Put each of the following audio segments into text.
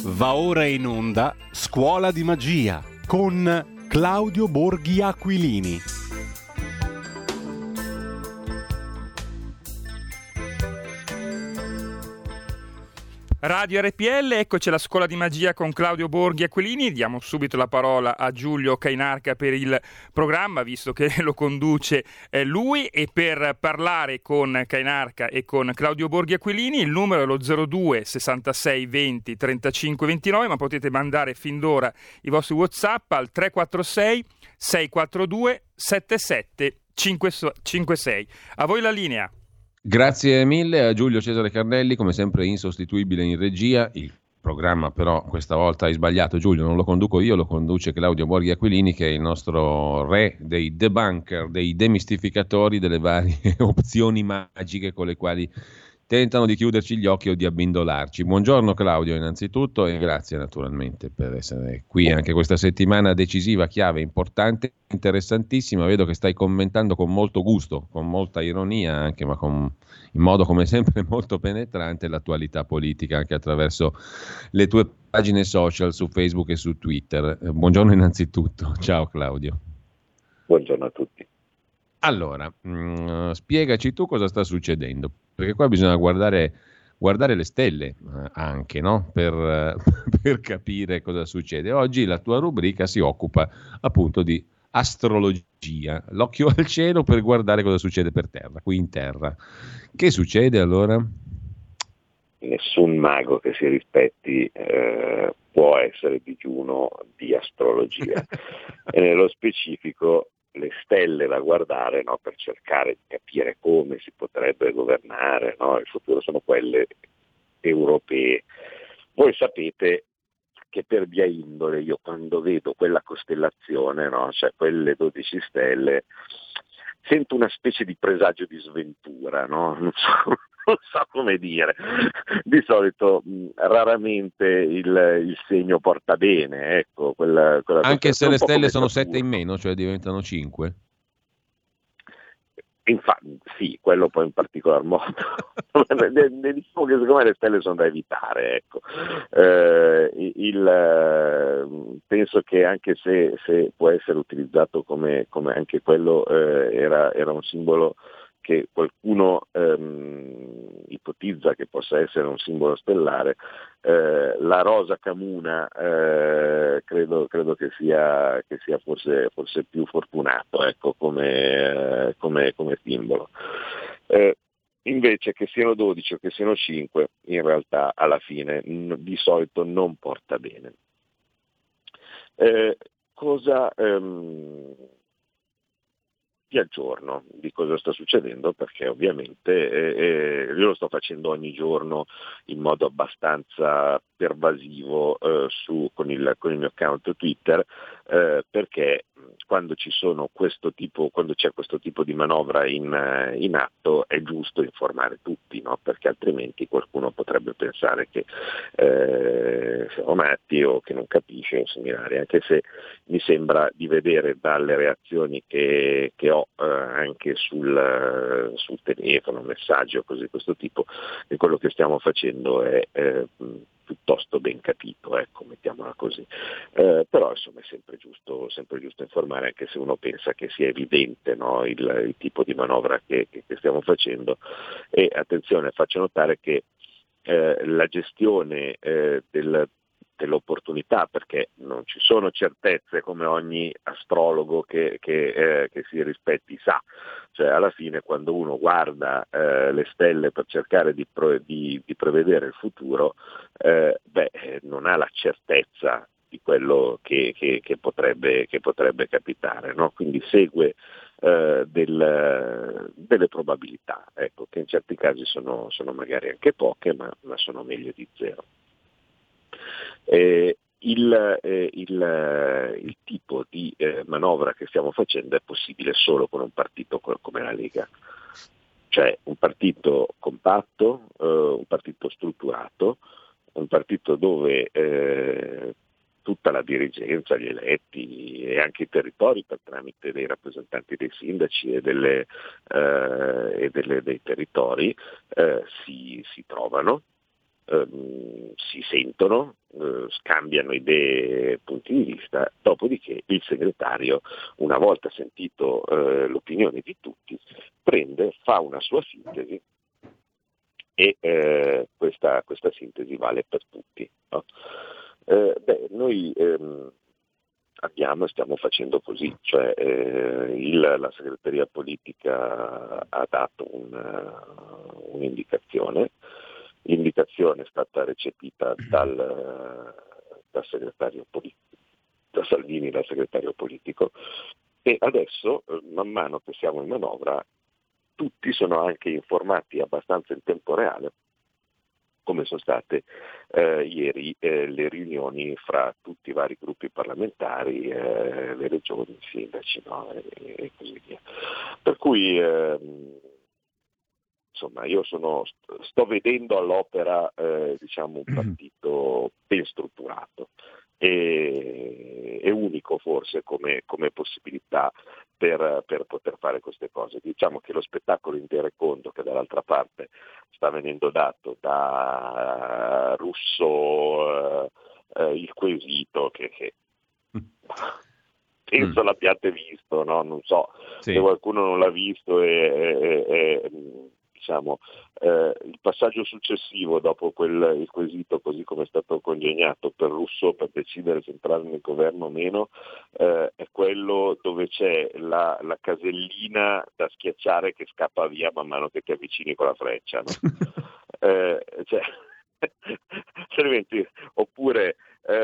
Va ora in onda Scuola di Magia con Claudio Borghi Aquilini. Radio RPL, eccoci alla Scuola di Magia con Claudio Borghi Aquilini. Diamo subito la parola a Giulio Cainarca per il programma, visto che lo conduce lui, e per parlare con Cainarca e con Claudio Borghi Aquilini il numero è lo 02 66 20 35 29, ma potete mandare fin d'ora i vostri WhatsApp al 346 642 77 56. A voi la linea. Grazie mille a Giulio Cesare Carnelli, come sempre insostituibile in regia. Il programma però questa volta hai sbagliato, Giulio, non lo conduco io, lo conduce Claudio Borghi Aquilini, che è il nostro re dei debunker, dei demistificatori delle varie opzioni magiche con le quali tentano di chiuderci gli occhi o di abbindolarci. Buongiorno Claudio innanzitutto e grazie naturalmente per essere qui anche questa settimana decisiva, chiave, importante, interessantissima. Vedo che stai commentando con molto gusto, con molta ironia anche, ma in modo come sempre molto penetrante l'attualità politica anche attraverso le tue pagine social su Facebook e su Twitter. Buongiorno innanzitutto, ciao Claudio. Buongiorno a tutti. Allora, spiegaci tu cosa sta succedendo, perché qua bisogna guardare le stelle anche, no? Per capire cosa succede. Oggi la tua rubrica si occupa appunto di astrologia, l'occhio al cielo per guardare cosa succede per terra, qui in terra. Che succede allora? Nessun mago che si rispetti può essere digiuno di astrologia e nello specifico le stelle da guardare, no, per cercare di capire come si potrebbe governare, no, il futuro, sono quelle europee. Voi sapete che per via indole io quando vedo quella costellazione, no, cioè quelle 12 stelle, sento una specie di presagio di sventura, no? Non so come dire. Di solito raramente il segno porta bene, ecco. Quella anche se le stelle sono 7 in meno, cioè diventano 5? Infatti, sì, quello poi in particolar modo. Diciamo che secondo me le stelle sono da evitare, ecco. Penso che anche se può essere utilizzato come anche quello era un simbolo che qualcuno ipotizza che possa essere un simbolo stellare, la rosa camuna credo che sia forse più fortunato, ecco, come simbolo. Invece che siano 12 o che siano 5, in realtà alla fine di solito non porta bene. Vi aggiorno di cosa sta succedendo, perché ovviamente io lo sto facendo ogni giorno in modo abbastanza pervasivo con il mio account Twitter, perché quando c'è questo tipo di manovra in atto è giusto informare tutti, no? Perché altrimenti qualcuno potrebbe pensare che siamo matti o che non capisce o similari, anche se mi sembra di vedere dalle reazioni che ho anche sul telefono, messaggi o cose di questo tipo, che quello che stiamo facendo è piuttosto ben capito, ecco, mettiamola così. Però insomma è sempre giusto informare, anche se uno pensa che sia evidente, no, il tipo di manovra che stiamo facendo. E attenzione, faccio notare che la gestione dell'opportunità, perché non ci sono certezze, come ogni astrologo che si rispetti sa, cioè alla fine quando uno guarda le stelle per cercare di prevedere il futuro, non ha la certezza di quello che potrebbe capitare, no? Quindi segue delle probabilità, ecco, che in certi casi sono magari anche poche, ma sono meglio di zero. Il tipo di manovra che stiamo facendo è possibile solo con un partito come la Lega, cioè un partito compatto, un partito strutturato, un partito dove tutta la dirigenza, gli eletti e anche i territori, per tramite dei rappresentanti dei sindaci e dei territori, si trovano, si sentono scambiano idee, punti di vista, dopodiché il segretario, una volta sentito l'opinione di tutti, fa una sua sintesi e questa sintesi vale per tutti, no? Noi stiamo facendo così, cioè la segreteria politica ha dato un'indicazione. L'indicazione è stata recepita dal segretario politico, da Salvini, dal segretario politico, e adesso, man mano che siamo in manovra, tutti sono anche informati abbastanza in tempo reale, come sono state ieri le riunioni fra tutti i vari gruppi parlamentari, le regioni, i sindaci, no? e così via. Per cui insomma, io sto vedendo all'opera un partito ben strutturato e unico forse come possibilità per poter fare queste cose. Diciamo che lo spettacolo in Terecondo, che dall'altra parte sta venendo dato da Russo, il quesito, che penso l'abbiate visto, no? Non so se qualcuno non l'ha visto il passaggio successivo dopo il quesito, così come è stato congegnato per Russo per decidere se entrare nel governo o meno, è quello dove c'è la casellina da schiacciare che scappa via man mano che ti avvicini con la freccia, no? Oppure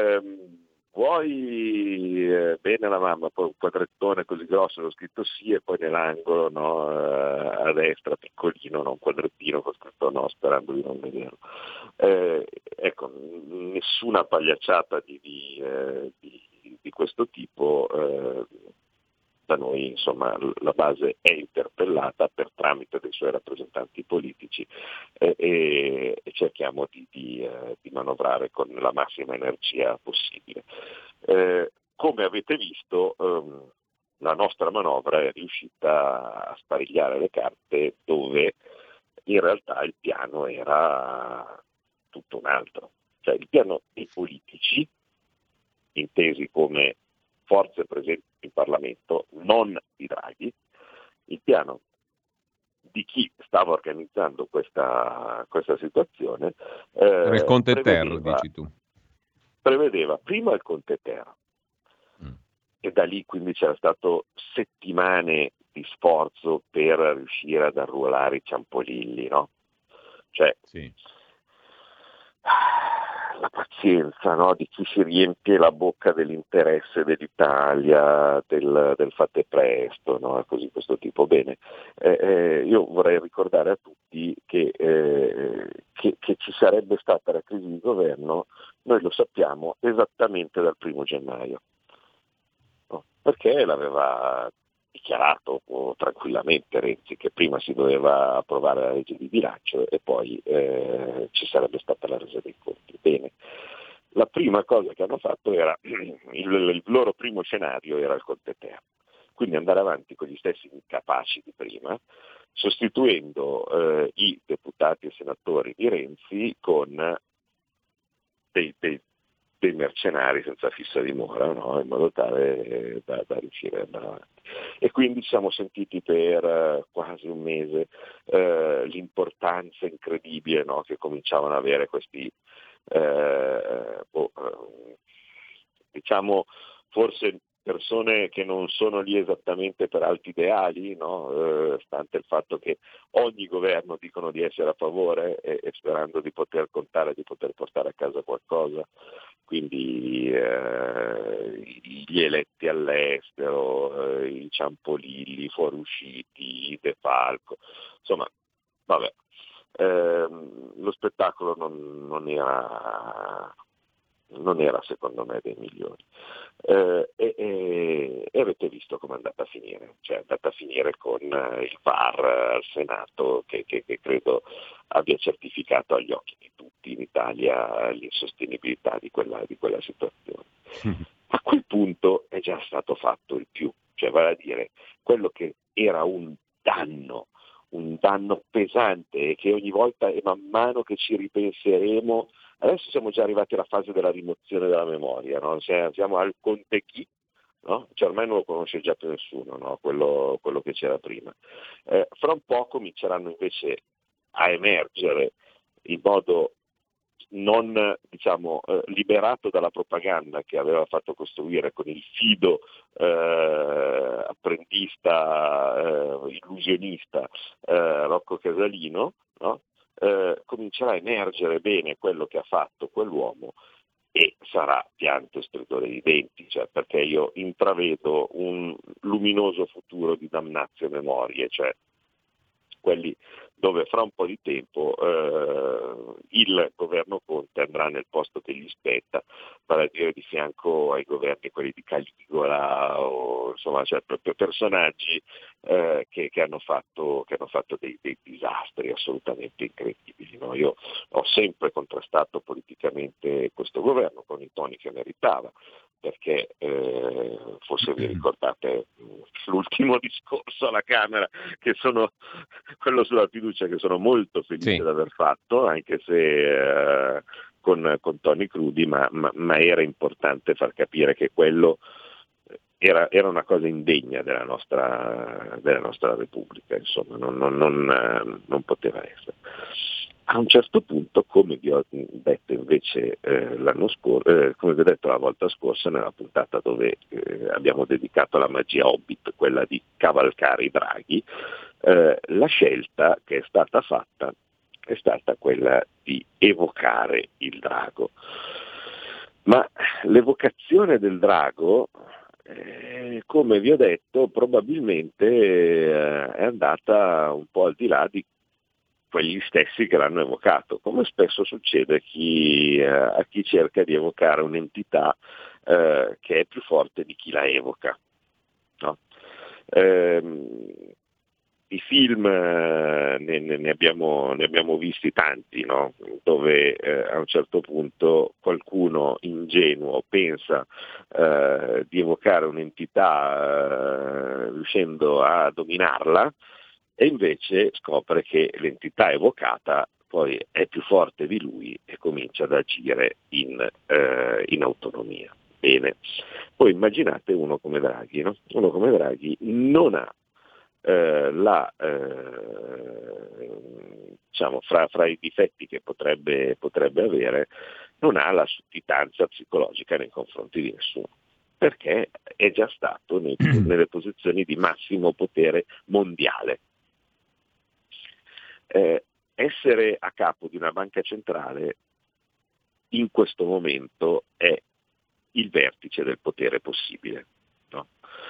vuoi bene la mamma, poi un quadrettone così grosso, l'ho scritto sì, e poi nell'angolo, no, a destra, piccolino, no, un quadrettino con scritto no, sperando di non vederlo. Ecco, nessuna pagliacciata di questo tipo. Da noi, insomma, la base è interpellata per tramite dei suoi rappresentanti politici e cerchiamo di manovrare con la massima energia possibile. Come avete visto, la nostra manovra è riuscita a sparigliare le carte dove in realtà il piano era tutto un altro. Cioè il piano dei politici, intesi come forze presenti in Parlamento, non di Draghi, il piano di chi stava organizzando questa situazione era il Conte Ter, dici tu. Prevedeva prima il Conte Ter, e da lì quindi c'era stato settimane di sforzo per riuscire ad arruolare i Ciampolilli, no? Cioè la pazienza, no, di chi si riempie la bocca dell'interesse dell'Italia, del fate presto, no, così questo tipo. Bene, io vorrei ricordare a tutti che ci sarebbe stata la crisi di governo, noi lo sappiamo esattamente dal 1° gennaio, no? Perché l'aveva dichiarato tranquillamente Renzi che prima si doveva approvare la legge di bilancio e poi ci sarebbe stata la resa dei conti. Bene, la prima cosa che hanno fatto era il loro primo scenario era il Conte Ter, quindi andare avanti con gli stessi incapaci di prima, sostituendo i deputati e senatori di Renzi con dei mercenari senza fissa dimora, no? In modo tale da riuscire ad andare avanti. E quindi ci siamo sentiti per quasi un mese l'importanza incredibile, no? Che cominciavano ad avere questi forse persone che non sono lì esattamente per alti ideali, no? Stante il fatto che ogni governo dicono di essere a favore e sperando di poter contare, di poter portare a casa qualcosa. Quindi gli eletti all'estero, i Ciampolilli, i fuoriusciti, i De Falco, insomma, vabbè. Lo spettacolo non era secondo me dei migliori, e avete visto come è andata a finire, cioè è andata a finire con il VAR al Senato che credo abbia certificato agli occhi di tutti in Italia l'insostenibilità di quella situazione. A quel punto è già stato fatto il più, cioè vale a dire quello che era un danno, un danno pesante e che ogni volta e man mano che ci ripenseremo, adesso siamo già arrivati alla fase della rimozione della memoria, no? Siamo al conte chi, no? Cioè ormai non lo conosce già più nessuno, no? Quello che c'era prima. Fra un po' cominceranno invece a emergere in modo non liberato dalla propaganda che aveva fatto costruire con il fido apprendista illusionista Rocco Casalino, no? Comincerà a emergere bene quello che ha fatto quell'uomo e sarà pianto e stridore di denti, cioè, perché io intravedo un luminoso futuro di damnatio memorie, cioè quelli dove fra un po' di tempo il governo Conte andrà nel posto che gli spetta, vale a dire di fianco ai governi quelli di Caligola, o insomma, cioè, proprio personaggi che hanno fatto dei disastri assolutamente incredibili, no? Io ho sempre contrastato politicamente questo governo con i toni che meritava, perché forse vi ricordate l'ultimo discorso alla Camera, che sono quello sulla fiducia, che sono molto felice di aver fatto, anche se con toni crudi, ma era importante far capire che quello era una cosa indegna della nostra Repubblica, insomma, non poteva essere. A un certo punto, come vi ho detto invece l'anno scorso, come vi ho detto la volta scorsa nella puntata dove abbiamo dedicato alla magia Hobbit, quella di cavalcare i draghi, la scelta che è stata fatta è stata quella di evocare il drago. Ma l'evocazione del drago, come vi ho detto, probabilmente è andata un po' al di là di quegli stessi che l'hanno evocato, come spesso succede a chi cerca di evocare un'entità che è più forte di chi la evoca, no? I film ne abbiamo visti tanti, no? Dove a un certo punto qualcuno ingenuo pensa di evocare un'entità riuscendo a dominarla, e invece scopre che l'entità evocata poi è più forte di lui e comincia ad agire in autonomia. Bene, poi immaginate uno come Draghi, no? Uno come Draghi non ha fra i difetti che potrebbe avere, non ha la sudditanza psicologica nei confronti di nessuno, perché è già stato nelle posizioni di massimo potere mondiale. Essere a capo di una banca centrale in questo momento è il vertice del potere possibile, no?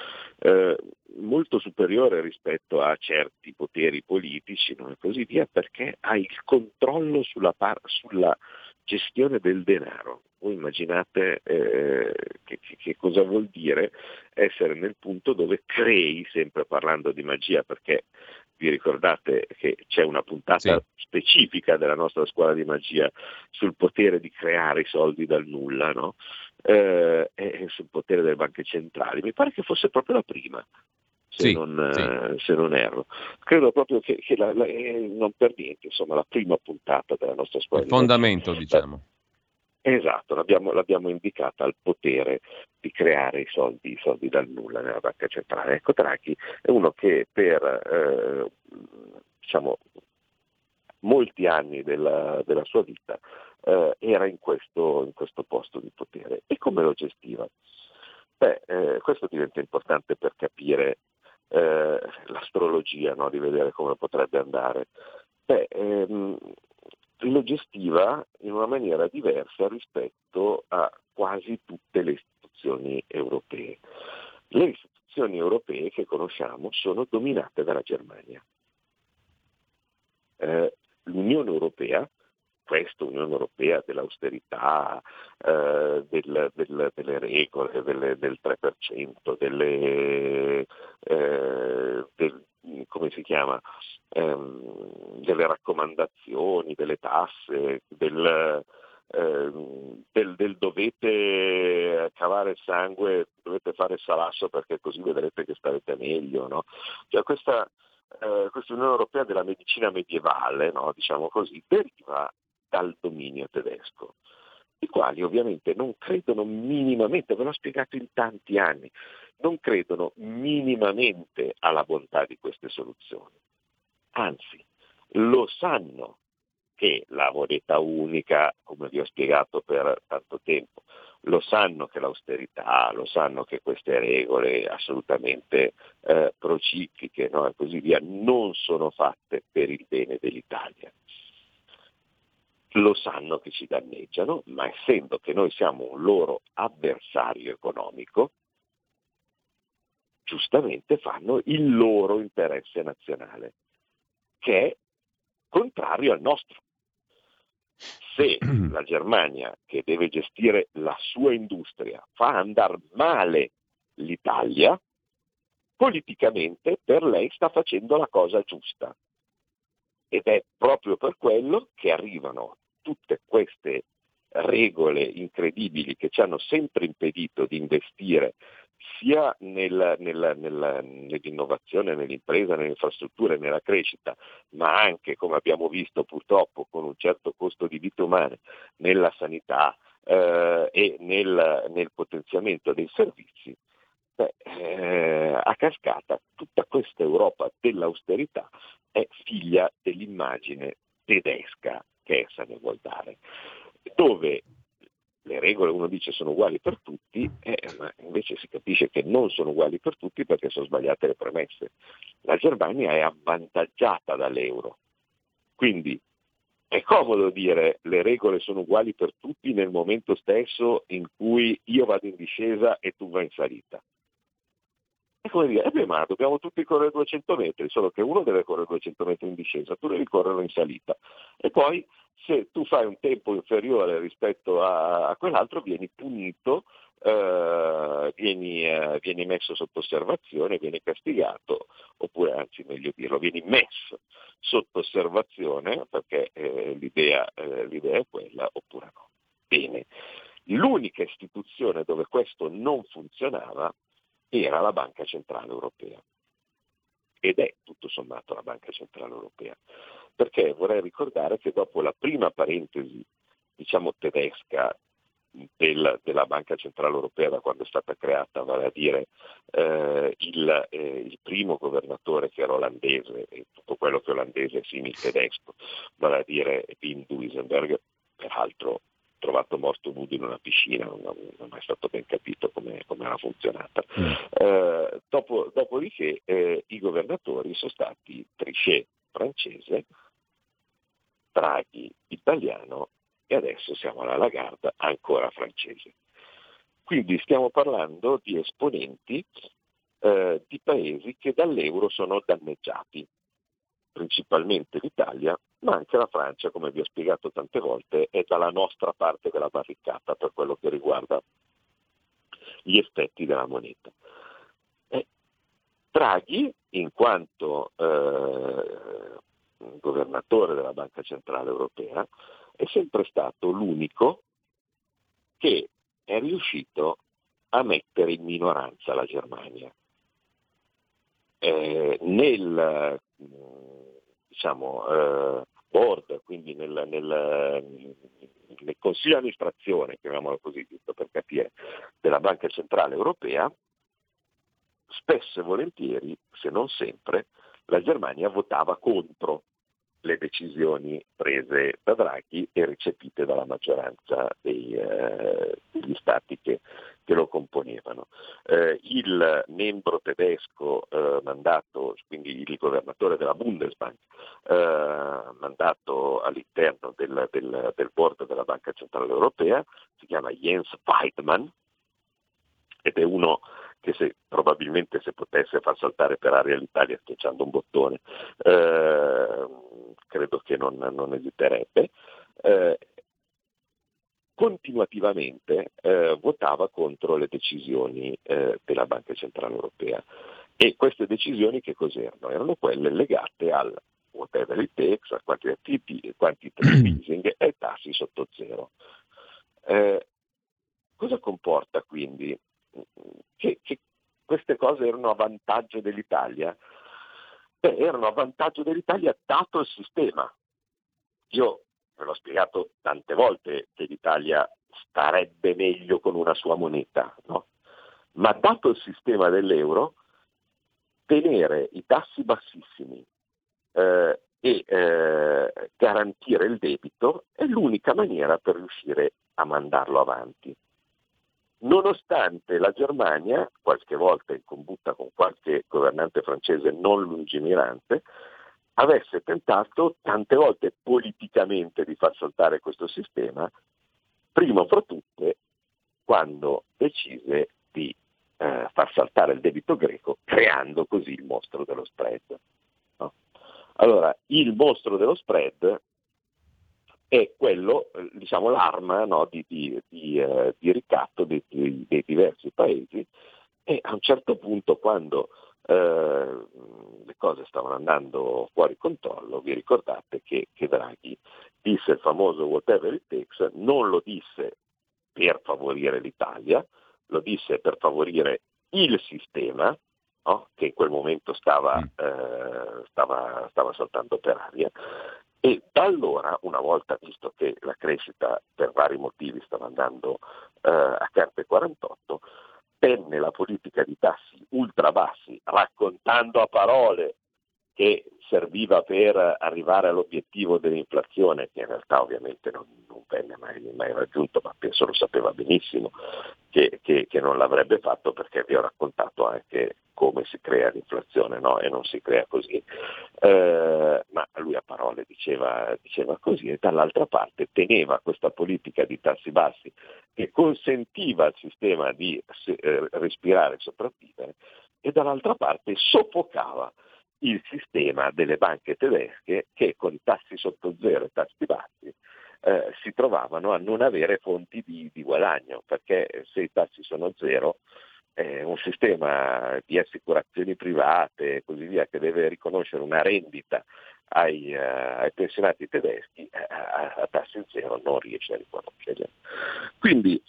Molto superiore rispetto a certi poteri politici, no? E così via, perché ha il controllo sulla gestione del denaro. Voi immaginate che cosa vuol dire essere nel punto dove crei, sempre parlando di magia, perché vi ricordate che c'è una puntata specifica della nostra scuola di magia sul potere di creare i soldi dal nulla, no? E sul potere delle banche centrali. Mi pare che fosse proprio la prima, se non erro. Credo proprio che non per niente, insomma, la prima puntata della nostra scuola di fondamento, magia. diciamo. Esatto, l'abbiamo indicata al potere di creare i soldi dal nulla nella banca centrale. Ecco, Draghi è uno che per molti anni della sua vita era in questo posto di potere. E come lo gestiva? Questo diventa importante per capire l'astrologia, no? Di vedere come potrebbe andare. Lo gestiva in una maniera diversa rispetto a quasi tutte le istituzioni europee. Le istituzioni europee che conosciamo sono dominate dalla Germania. L'Unione Europea, questa Unione Europea dell'austerità, delle regole, del 3%, come si chiama, delle raccomandazioni, delle tasse, del dovete cavare il sangue, dovete fare il salasso perché così vedrete che starete meglio, no? Cioè questa questa Unione Europea della medicina medievale, no, diciamo così, deriva dal dominio tedesco, i quali ovviamente non credono minimamente, ve l'ho spiegato in tanti anni, non credono minimamente alla bontà di queste soluzioni. Anzi, lo sanno che la moneta unica, come vi ho spiegato per tanto tempo, lo sanno che l'austerità, lo sanno che queste regole assolutamente procicliche, no, e così via, non sono fatte per il bene dell'Italia. Lo sanno che ci danneggiano, ma essendo che noi siamo un loro avversario economico, giustamente fanno il loro interesse nazionale, che è contrario al nostro. Se la Germania, che deve gestire la sua industria, fa andare male l'Italia, politicamente per lei sta facendo la cosa giusta. Ed è proprio per quello che arrivano tutte queste regole incredibili che ci hanno sempre impedito di investire sia nell'innovazione, nell'impresa, nelle infrastrutture, nella crescita, ma anche, come abbiamo visto purtroppo, con un certo costo di vite umane, nella sanità e nel potenziamento dei servizi. A cascata tutta questa Europa dell'austerità è figlia dell'immagine tedesca che essa ne vuol dare, dove le regole, uno dice, sono uguali per tutti, ma invece si capisce che non sono uguali per tutti perché sono sbagliate le premesse. La Germania è avvantaggiata dall'euro, quindi è comodo dire le regole sono uguali per tutti nel momento stesso in cui io vado in discesa e tu vai in salita. È come dire, ma dobbiamo tutti correre 200 metri, solo che uno deve correre 200 metri in discesa, tu devi correrlo in salita. E poi se tu fai un tempo inferiore rispetto a quell'altro vieni punito, vieni messo sotto osservazione, vieni castigato, oppure anzi meglio dirlo, vieni messo sotto osservazione perché l'idea è quella, oppure no. Bene, l'unica istituzione dove questo non funzionava era la Banca Centrale Europea, ed è tutto sommato la Banca Centrale Europea, perché vorrei ricordare che dopo la prima parentesi, diciamo tedesca, della Banca Centrale Europea da quando è stata creata, vale a dire il primo governatore che era olandese, e tutto quello che è olandese è simile tedesco, vale a dire Wim Duisenberg, peraltro trovato morto nudo in una piscina, non è mai stato ben capito come era funzionata. Dopodiché i governatori sono stati Trichet francese, Draghi italiano e adesso siamo alla Lagarde ancora francese. Quindi stiamo parlando di esponenti di paesi che dall'euro sono danneggiati, principalmente l'Italia, ma anche la Francia, come vi ho spiegato tante volte, è dalla nostra parte della barricata per quello che riguarda gli effetti della moneta. Draghi, in quanto governatore della Banca Centrale Europea, è sempre stato l'unico che è riuscito a mettere in minoranza la Germania. Nel board, quindi nel consiglio di amministrazione, chiamiamolo così, giusto per capire, della Banca Centrale Europea, spesso e volentieri, se non sempre, la Germania votava contro le decisioni prese da Draghi e recepite dalla maggioranza degli stati che lo componevano. Il membro tedesco mandato, quindi il governatore della Bundesbank, mandato all'interno del board della Banca Centrale Europea, si chiama Jens Weidmann, ed è uno che probabilmente se potesse far saltare per aria l'Italia schiacciando un bottone, credo che non esiterebbe, continuativamente votava contro le decisioni della Banca Centrale Europea. E queste decisioni che cos'erano? Erano quelle legate al whatever it takes, al quantitative easing e ai tassi sotto zero. Cosa comporta quindi? Che queste cose erano a vantaggio dell'Italia? erano a vantaggio dell'Italia dato il sistema. Io ve l'ho spiegato tante volte che l'Italia starebbe meglio con una sua moneta, no? Ma dato il sistema dell'euro, tenere i tassi bassissimi e garantire il debito è l'unica maniera per riuscire a mandarlo avanti. Nonostante la Germania, qualche volta in combutta con qualche governante francese non lungimirante, avesse tentato tante volte politicamente di far saltare questo sistema, prima fra tutte quando decise di far saltare il debito greco, creando così il mostro dello spread. No? Allora, il mostro dello spread è quello, diciamo, l'arma, no, di ricatto dei diversi paesi, e a un certo punto, quando le cose stavano andando fuori controllo, vi ricordate che Draghi disse il famoso whatever it takes, non lo disse per favorire l'Italia, lo disse per favorire il sistema, no? Che in quel momento stava saltando per aria. E da allora, una volta visto che la crescita per vari motivi stava andando a carte 48, tenne la politica di tassi ultra bassi, raccontando a parole che serviva per arrivare all'obiettivo dell'inflazione, che in realtà ovviamente non venne mai raggiunto, ma penso lo sapeva benissimo che non l'avrebbe fatto, perché vi ho raccontato anche come si crea l'inflazione, no? E non si crea così, ma lui a parole diceva così, e dall'altra parte teneva questa politica di tassi bassi che consentiva al sistema di respirare e sopravvivere, e dall'altra parte soffocava il sistema delle banche tedesche, che con i tassi sotto zero e tassi bassi si trovavano a non avere fonti di guadagno, perché se i tassi sono zero, un sistema di assicurazioni private e così via, che deve riconoscere una rendita ai pensionati tedeschi, a tassi zero non riesce a riconoscerli. Quindi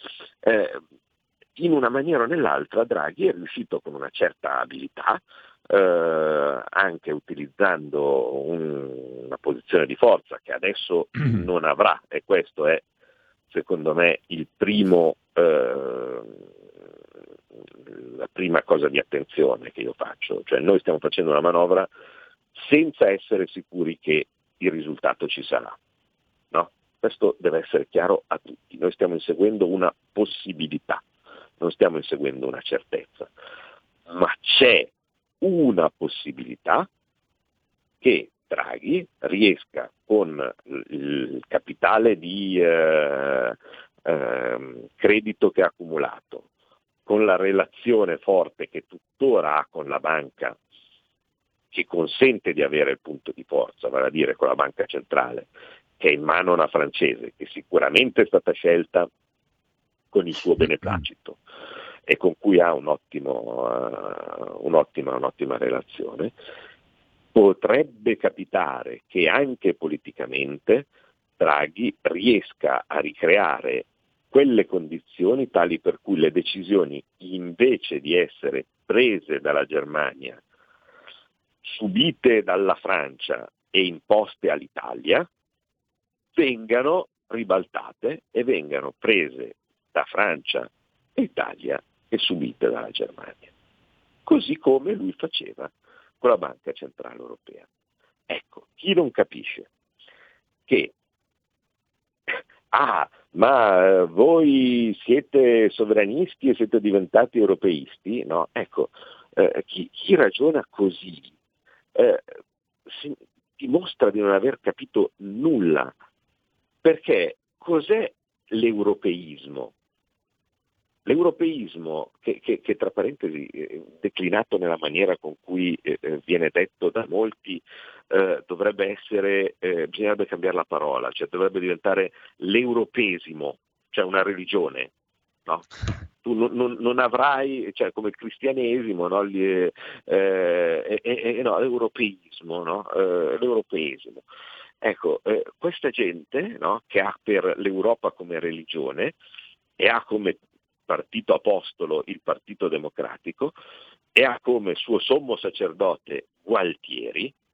in una maniera o nell'altra Draghi è riuscito, con una certa abilità, anche utilizzando una posizione di forza che adesso non avrà, e questo è secondo me la prima cosa di attenzione che io faccio. Cioè, noi stiamo facendo una manovra senza essere sicuri che il risultato ci sarà, no? Questo deve essere chiaro a tutti. Noi stiamo inseguendo una possibilità, non stiamo inseguendo una certezza, ma c'è una possibilità che Draghi riesca, con il capitale di credito che ha accumulato, con la relazione forte che tuttora ha con la banca, che consente di avere il punto di forza, vale a dire con la banca centrale, che è in mano a una francese, che sicuramente è stata scelta con il suo beneplacito e con cui ha un'ottima relazione, potrebbe capitare che anche politicamente Draghi riesca a ricreare quelle condizioni tali per cui le decisioni, invece di essere prese dalla Germania, subite dalla Francia e imposte all'Italia, vengano ribaltate e vengano prese da Francia e Italia e subite dalla Germania, così come lui faceva con la Banca Centrale Europea. Ecco, chi non capisce che ma voi siete sovranisti e siete diventati europeisti, no? Ecco, chi ragiona così dimostra di non aver capito nulla, perché cos'è l'europeismo? L'europeismo, che tra parentesi declinato nella maniera con cui viene detto da molti, dovrebbe essere, bisognerebbe cambiare la parola, cioè dovrebbe diventare l'europesimo, cioè una religione, no? Tu non avrai, cioè come il cristianesimo, no? No, l'europeismo, no? L'europeismo. Ecco, questa gente, no, che ha per l'Europa come religione e ha come partito apostolo il Partito Democratico e ha come suo sommo sacerdote Gualtieri,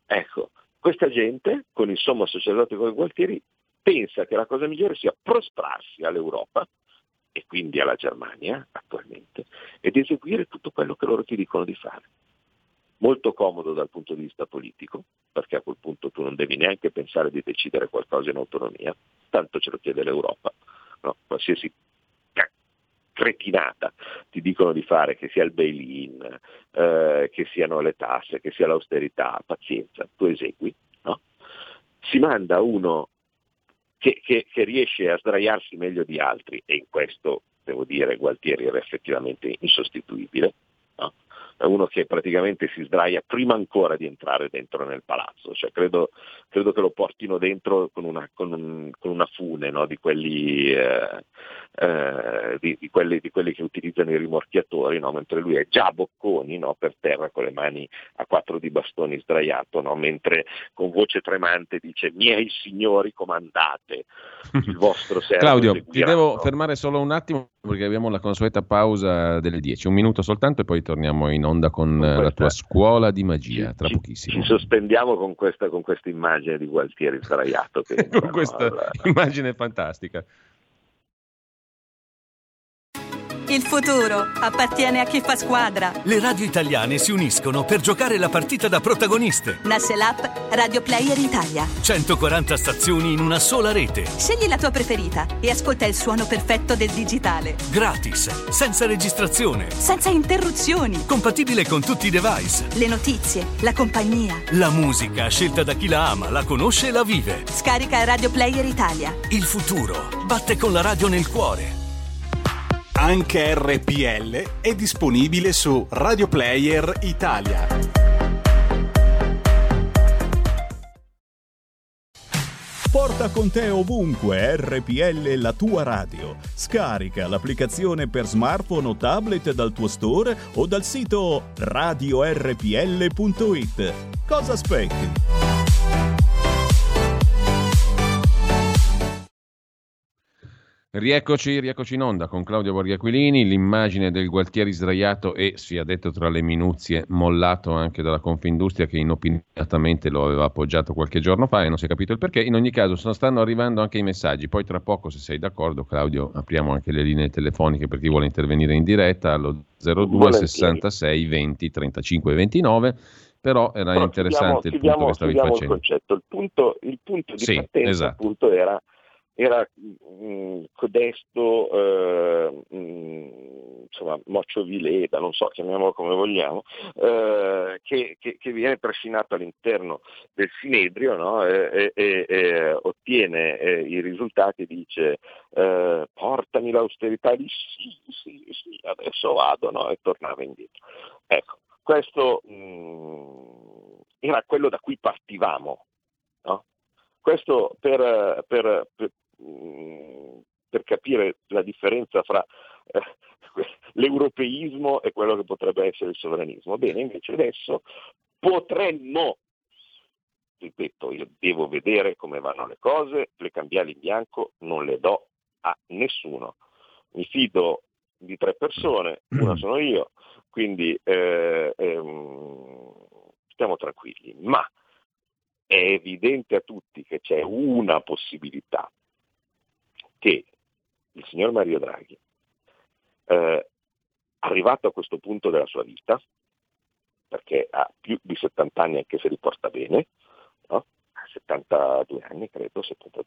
Ecco, questa gente, con il sommo sacerdote Gualtieri, pensa che la cosa migliore sia prostrarsi all'Europa e quindi alla Germania attualmente ed eseguire tutto quello che loro ti dicono di fare. Molto comodo dal punto di vista politico, perché a quel punto tu non devi neanche pensare di decidere qualcosa in autonomia, tanto ce lo chiede l'Europa, no? Qualsiasi cretinata ti dicono di fare, che sia il bail-in, che siano le tasse, che sia l'austerità, pazienza, tu esegui, no? Si manda uno che riesce a sdraiarsi meglio di altri, e in questo devo dire Gualtieri era effettivamente insostituibile, no? È uno che praticamente si sdraia prima ancora di entrare dentro nel palazzo, cioè credo che lo portino dentro con una fune, no? Di quelli di quelli che utilizzano i rimorchiatori, no? Mentre lui è già a bocconi, no? Per terra con le mani a quattro di bastoni sdraiato, no? Mentre con voce tremante dice: miei signori, comandate, il vostro servo Claudio, eseguirà, ti devo no? fermare solo un attimo perché abbiamo la consueta pausa delle 10, un minuto soltanto e poi torniamo in onda con la tua scuola di magia, tra pochissimo. Ci sospendiamo con questa immagine di Gualtieri sdraiato che entra, con questa immagine fantastica. Il futuro appartiene a chi fa squadra. Le radio italiane si uniscono per giocare la partita da protagoniste. Nasce l'app Radio Player Italia. 140 stazioni in una sola rete. Scegli la tua preferita e ascolta il suono perfetto del digitale. Gratis, senza registrazione. Senza interruzioni. Compatibile con tutti i device. Le notizie, la compagnia. La musica scelta da chi la ama, la conosce e la vive. Scarica Radio Player Italia. Il futuro batte con la radio nel cuore. Anche RPL è disponibile su Radio Player Italia. Porta con te ovunque RPL, la tua radio. Scarica l'applicazione per smartphone o tablet dal tuo store o dal sito radiorpl.it. Cosa aspetti? Rieccoci in onda con Claudio Borghi Aquilini, l'immagine del Gualtieri sdraiato e, sia detto tra le minuzie, mollato anche dalla Confindustria che inopinatamente lo aveva appoggiato qualche giorno fa e non si è capito il perché. In ogni caso stanno arrivando anche i messaggi, poi tra poco, se sei d'accordo Claudio, apriamo anche le linee telefoniche per chi vuole intervenire in diretta allo 02 66 20 35 29. Però era interessante il punto che stavi facendo. Il punto di partenza, esatto. Appunto era codesto insomma Moccio Vileda, non so, chiamiamolo come vogliamo, che viene trascinato all'interno del Sinedrio, no? e ottiene i risultati e dice portami l'austerità, di sì, adesso vado, no? E tornava indietro. Ecco, questo era quello da cui partivamo, no? Questo per capire la differenza fra l'europeismo e quello che potrebbe essere il sovranismo. Bene, invece adesso potremmo, ripeto, io devo vedere come vanno le cose, le cambiali in bianco non le do a nessuno. Mi fido di 3 persone, una sono io, quindi stiamo tranquilli, ma è evidente a tutti che c'è una possibilità che il signor Mario Draghi, arrivato a questo punto della sua vita, perché ha più di 70 anni anche se li porta bene, no? 72 anni credo,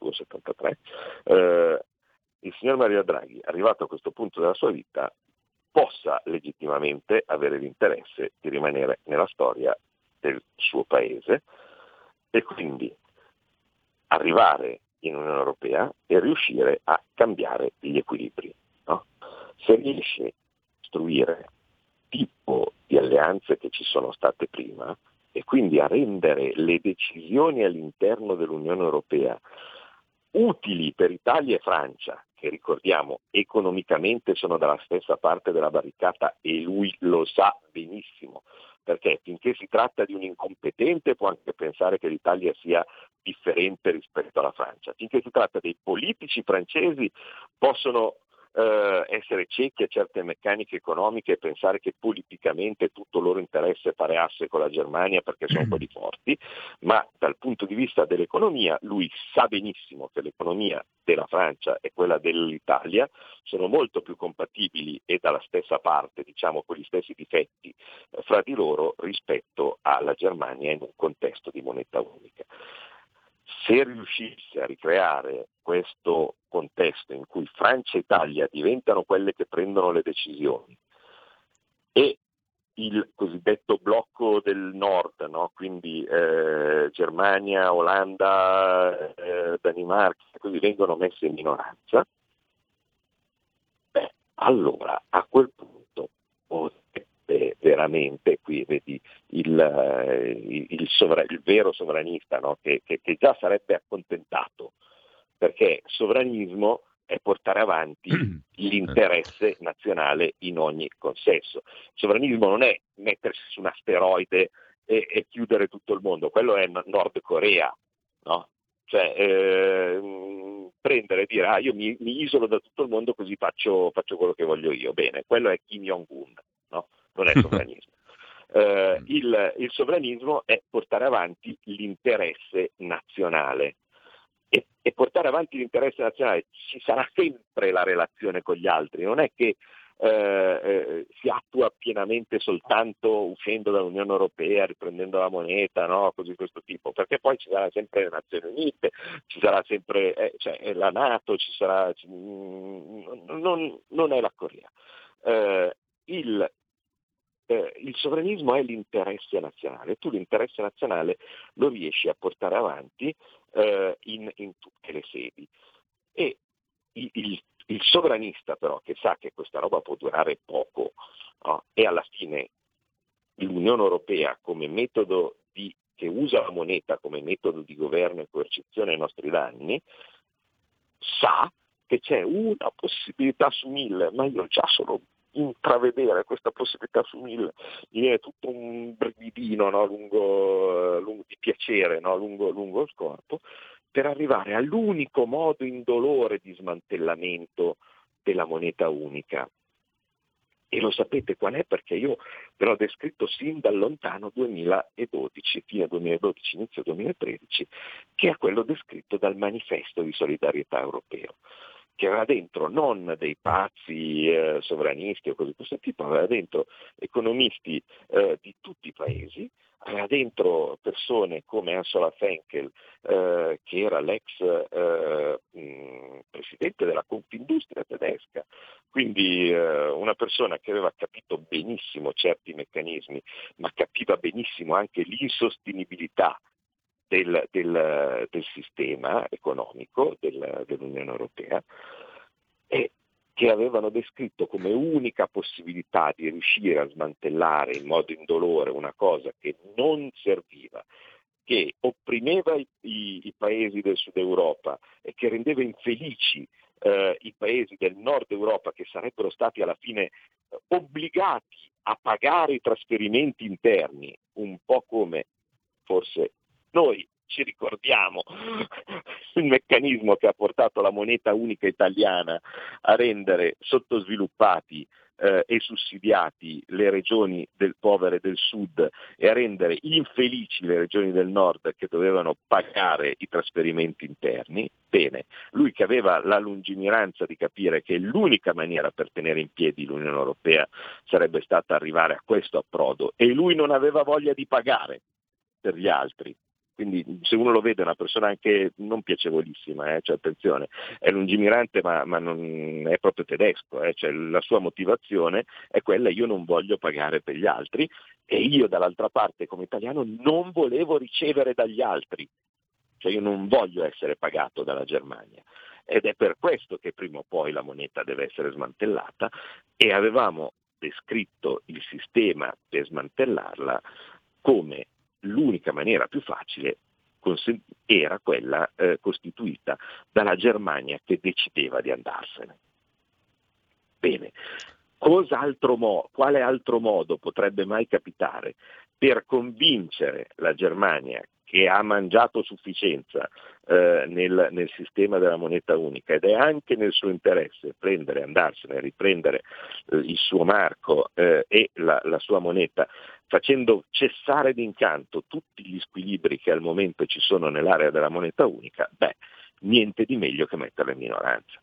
72-73, il signor Mario Draghi, arrivato a questo punto della sua vita, possa legittimamente avere l'interesse di rimanere nella storia del suo paese e quindi arrivare in Unione Europea e riuscire a cambiare gli equilibri, no? Se riesce a costruire tipo di alleanze che ci sono state prima e quindi a rendere le decisioni all'interno dell'Unione Europea utili per Italia e Francia, che ricordiamo economicamente sono dalla stessa parte della barricata e lui lo sa benissimo, perché finché si tratta di un incompetente può anche pensare che l'Italia sia differente rispetto alla Francia, finché si tratta dei politici francesi possono essere ciechi a certe meccaniche economiche e pensare che politicamente tutto loro interesse fare asse con la Germania perché sono quelli forti, ma dal punto di vista dell'economia lui sa benissimo che l'economia della Francia e quella dell'Italia sono molto più compatibili e dalla stessa parte, diciamo, con gli stessi difetti fra di loro rispetto alla Germania in un contesto di moneta unica. Se riuscisse a ricreare questo contesto in cui Francia e Italia diventano quelle che prendono le decisioni e il cosiddetto blocco del nord, no? Quindi Germania, Olanda, Danimarca, così vengono messe in minoranza, allora a quel punto veramente, qui vedi il vero sovranista, no? che già sarebbe accontentato, perché sovranismo è portare avanti l'interesse nazionale in ogni consesso. Il sovranismo non è mettersi su un asteroide e chiudere tutto il mondo, quello è Nord Corea, no? Cioè prendere e dire io mi isolo da tutto il mondo così faccio quello che voglio io. Bene, quello è Kim Jong-un, no? Non è sovranismo. Il sovranismo è portare avanti l'interesse nazionale e portare avanti l'interesse nazionale ci sarà sempre la relazione con gli altri, non è che si attua pienamente soltanto uscendo dall'Unione Europea, riprendendo la moneta, no? Così questo tipo, perché poi ci sarà sempre le Nazioni Unite, ci sarà sempre la NATO, ci sarà non è la Corea. Il sovranismo è l'interesse nazionale, tu l'interesse nazionale lo riesci a portare avanti in tutte le sedi, e il sovranista però, che sa che questa roba può durare poco, no? E alla fine l'Unione Europea come metodo che usa la moneta come metodo di governo e coercizione ai nostri danni, sa che c'è una possibilità su 1000, ma io già solo intravedere questa possibilità su 1000 mi viene tutto un brividino, no? lungo di piacere, no? lungo il corpo, per arrivare all'unico modo indolore di smantellamento della moneta unica. E lo sapete qual è? Perché io ve l'ho descritto sin dal lontano 2012, fine 2012, inizio 2013, che è quello descritto dal manifesto di solidarietà europeo, che aveva dentro non dei pazzi sovranisti o cose di questo tipo, aveva dentro economisti di tutti i paesi, aveva dentro persone come Ursula Fenkel, che era l'ex presidente della Confindustria tedesca, quindi una persona che aveva capito benissimo certi meccanismi, ma capiva benissimo anche l'insostenibilità del sistema economico dell'Unione Europea, e che avevano descritto come unica possibilità di riuscire a smantellare in modo indolore una cosa che non serviva, che opprimeva i paesi del Sud Europa e che rendeva infelici i paesi del Nord Europa, che sarebbero stati alla fine obbligati a pagare i trasferimenti interni, un po' come forse noi ci ricordiamo il meccanismo che ha portato la moneta unica italiana a rendere sottosviluppati e sussidiati le regioni povere del sud e a rendere infelici le regioni del nord che dovevano pagare i trasferimenti interni. Bene, lui che aveva la lungimiranza di capire che l'unica maniera per tenere in piedi l'Unione Europea sarebbe stata arrivare a questo approdo, e lui non aveva voglia di pagare per gli altri. Quindi se uno lo vede è una persona anche non piacevolissima, cioè attenzione, è lungimirante ma non è proprio tedesco, cioè la sua motivazione è quella: io non voglio pagare per gli altri, e io dall'altra parte come italiano non volevo ricevere dagli altri, cioè io non voglio essere pagato dalla Germania. Ed è per questo che prima o poi la moneta deve essere smantellata, e avevamo descritto il sistema per smantellarla come l'unica maniera più facile era quella costituita dalla Germania che decideva di andarsene. Bene, quale altro modo potrebbe mai capitare per convincere la Germania che ha mangiato sufficienza nel sistema della moneta unica, ed è anche nel suo interesse andarsene, riprendere il suo marco e la sua moneta, facendo cessare d'incanto tutti gli squilibri che al momento ci sono nell'area della moneta unica, niente di meglio che metterla in minoranza.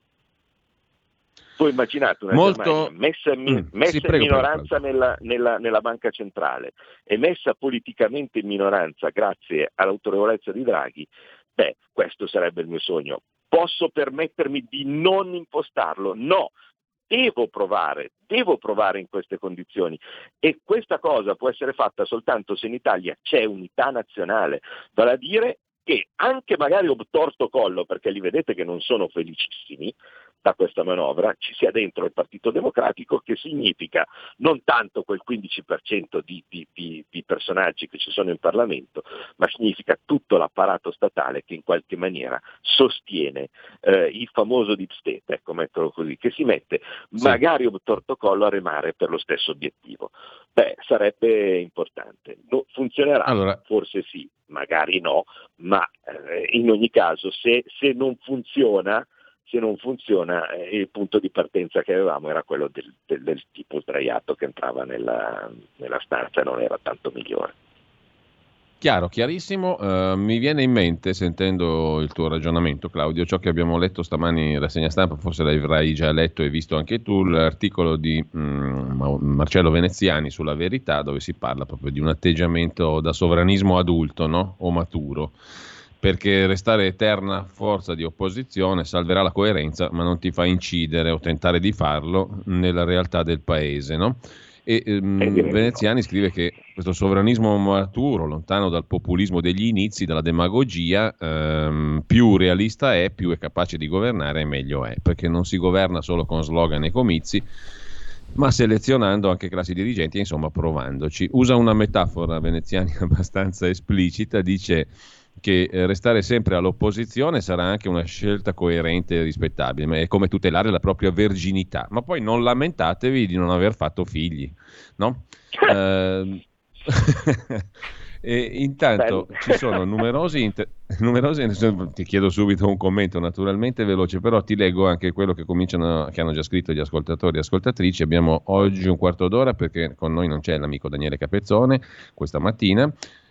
Voi immaginate una Germania messa in minoranza nella banca centrale e messa politicamente in minoranza grazie all'autorevolezza di Draghi, questo sarebbe il mio sogno. Posso permettermi di non impostarlo? No, devo provare in queste condizioni, e questa cosa può essere fatta soltanto se in Italia c'è unità nazionale, vale a dire che anche magari obtorto collo, perché li vedete che non sono felicissimi da questa manovra, ci sia dentro il Partito Democratico, che significa non tanto quel 15% di personaggi che ci sono in Parlamento, ma significa tutto l'apparato statale che in qualche maniera sostiene il famoso deep state, ecco, metterlo così, che si mette magari obtorto collo a remare per lo stesso obiettivo. Sarebbe importante. Funzionerà? Allora, forse sì, magari no, ma in ogni caso se non funziona, il punto di partenza che avevamo era quello del tipo sdraiato che entrava nella stanza e non era tanto migliore. Chiaro, chiarissimo. Mi viene in mente, sentendo il tuo ragionamento, Claudio, ciò che abbiamo letto stamani in rassegna stampa, forse l'avrai già letto e visto anche tu, l'articolo di Marcello Veneziani sulla Verità, dove si parla proprio di un atteggiamento da sovranismo adulto, no? O maturo, perché restare eterna forza di opposizione salverà la coerenza, ma non ti fa incidere o tentare di farlo nella realtà del paese, no? E Veneziani scrive che questo sovranismo maturo, lontano dal populismo degli inizi, dalla demagogia, più realista è, più è capace di governare e meglio è, perché non si governa solo con slogan e comizi, ma selezionando anche classi dirigenti e insomma provandoci. Usa una metafora Veneziani abbastanza esplicita, dice che restare sempre all'opposizione sarà anche una scelta coerente e rispettabile, ma è come tutelare la propria verginità, ma poi non lamentatevi di non aver fatto figli, no? E intanto ci sono numerosi ti chiedo subito un commento naturalmente veloce, però ti leggo anche quello che hanno già scritto gli ascoltatori e ascoltatrici. Abbiamo oggi un quarto d'ora perché con noi non c'è l'amico Daniele Capezzone questa mattina.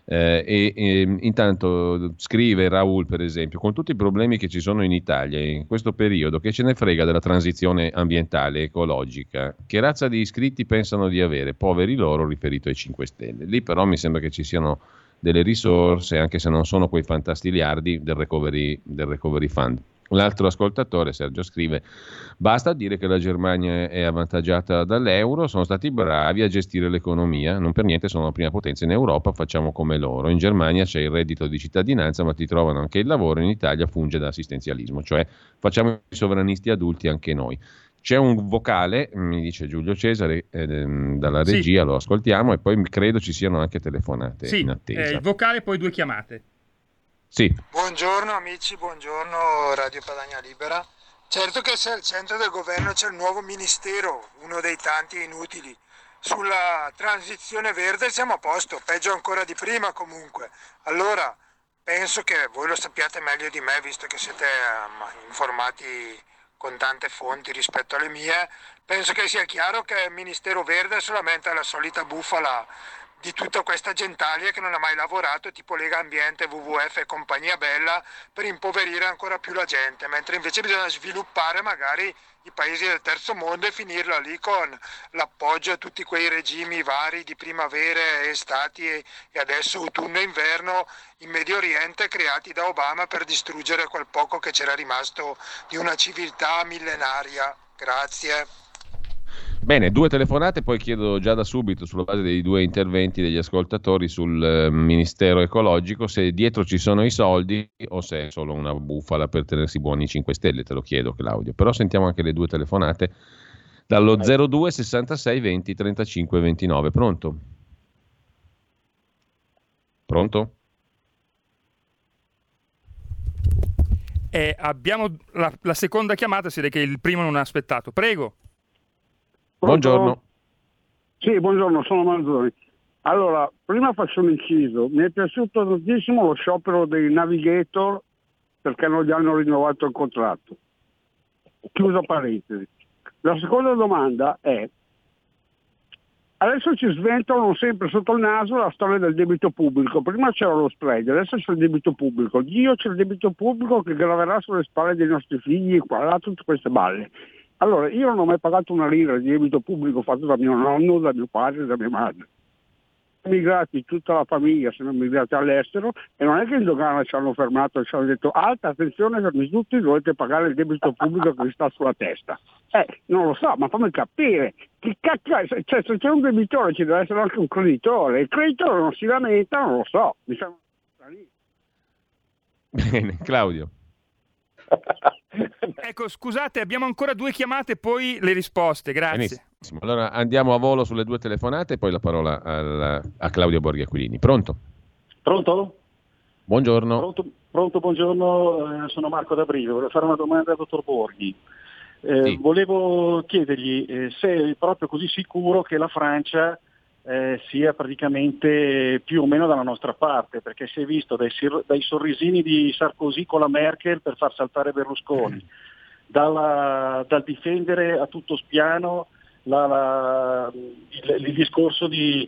Intanto scrive Raul, per esempio, con tutti i problemi che ci sono in Italia in questo periodo, che ce ne frega della transizione ambientale ecologica, che razza di iscritti pensano di avere, poveri loro, riferito ai 5 Stelle. Lì però mi sembra che ci siano delle risorse, anche se non sono quei fantastiliardi del recovery fund. L'altro ascoltatore, Sergio, scrive: basta dire che la Germania è avvantaggiata dall'euro, sono stati bravi a gestire l'economia, non per niente sono la prima potenza in Europa, facciamo come loro. In Germania c'è il reddito di cittadinanza, ma ti trovano anche il lavoro, in Italia funge da assistenzialismo, cioè facciamo i sovranisti adulti anche noi. C'è un vocale, mi dice Giulio Cesare, dalla regia, sì. Lo ascoltiamo e poi credo ci siano anche telefonate in attesa. Il vocale, poi 2 chiamate. Sì. Buongiorno amici, buongiorno Radio Padania Libera. Certo che se al centro del governo c'è il nuovo ministero, uno dei tanti inutili, sulla transizione verde siamo a posto, peggio ancora di prima comunque. Allora, penso che voi lo sappiate meglio di me, visto che siete informati con tante fonti rispetto alle mie. Penso che sia chiaro che il Ministero Verde è solamente la solita bufala di tutta questa gentaglia che non ha mai lavorato, tipo Lega Ambiente, WWF e compagnia bella, per impoverire ancora più la gente, mentre invece bisogna sviluppare magari i paesi del terzo mondo e finirla lì con l'appoggio a tutti quei regimi vari di primavere, estati e adesso autunno e inverno in Medio Oriente creati da Obama per distruggere quel poco che c'era rimasto di una civiltà millenaria. Grazie. Bene, 2 telefonate, poi chiedo già da subito, sulla base dei 2 interventi degli ascoltatori sul Ministero Ecologico, se dietro ci sono i soldi o se è solo una bufala per tenersi buoni i 5 Stelle, te lo chiedo Claudio. Però sentiamo anche le 2 telefonate dallo 02 66 20 35 29. Pronto? Pronto? Abbiamo la seconda chiamata, si vede che il primo non ha aspettato. Prego. Buongiorno. Sì, buongiorno, sono Manzoni. Allora, prima faccio un inciso. Mi è piaciuto tantissimo lo sciopero dei navigator perché non gli hanno rinnovato il contratto. Chiusa parentesi. La seconda domanda è: adesso ci sventolano sempre sotto il naso la storia del debito pubblico. Prima c'era lo spread, adesso c'è il debito pubblico. Dio, c'è il debito pubblico che graverà sulle spalle dei nostri figli, qua là, tutte queste balle. Allora, io non ho mai pagato una lira di debito pubblico fatto da mio nonno, da mio padre, da mia madre. Emigrati, tutta la famiglia sono emigrati all'estero e non è che in dogana ci hanno fermato e ci hanno detto alta attenzione, fermi tutti, dovete pagare il debito pubblico che vi sta sulla testa. Non lo so, ma fammi capire, che cacchio è? Cioè, se c'è un debitore ci deve essere anche un creditore, il creditore non si lamenta, non lo so, mi sembra. Bene, Claudio. Ecco, scusate, abbiamo ancora 2 chiamate, poi le risposte, grazie. Benissimo. Allora andiamo a volo sulle 2 telefonate e poi la parola a Claudio Borghi Aquilini. Pronto? Pronto? Buongiorno. Pronto, buongiorno, sono Marco D'Abrivio, volevo fare una domanda al dottor Borghi. Sì. Volevo chiedergli se è proprio così sicuro che la Francia sia praticamente più o meno dalla nostra parte, perché si è visto dai sorrisini di Sarkozy con la Merkel per far saltare Berlusconi, dal difendere a tutto spiano il discorso di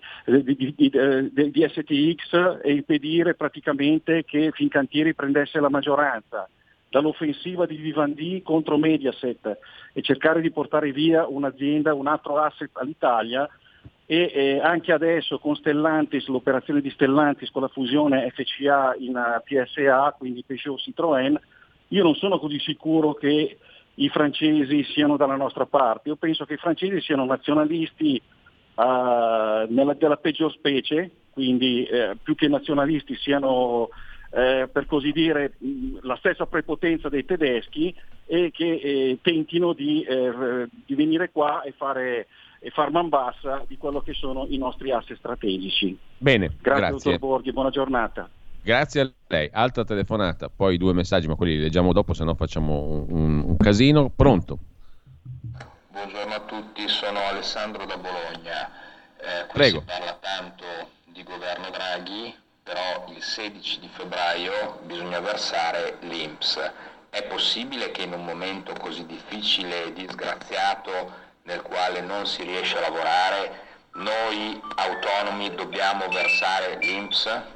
STX e impedire praticamente che Fincantieri prendesse la maggioranza, dall'offensiva di Vivendi contro Mediaset e cercare di portare via un'azienda, un altro asset all'Italia, e anche adesso con Stellantis, l'operazione di Stellantis con la fusione FCA in PSA, quindi Peugeot Citroën, io non sono così sicuro che i francesi siano dalla nostra parte. Io penso che i francesi siano nazionalisti della peggior specie, quindi più che nazionalisti siano per così dire la stessa prepotenza dei tedeschi, e che tentino di venire qua e far man bassa di quello che sono i nostri asset strategici. Bene, grazie. Dottor Borghi, buona giornata. Grazie a lei. Altra telefonata, poi 2 messaggi, ma quelli li leggiamo dopo, se no facciamo un casino. Pronto? Buongiorno a tutti, sono Alessandro da Bologna. Qui Prego. si parla tanto di governo Draghi, però il 16 di febbraio bisogna versare l'INPS. È possibile che in un momento così difficile e disgraziato, nel quale non si riesce a lavorare, noi autonomi dobbiamo versare l'INPS?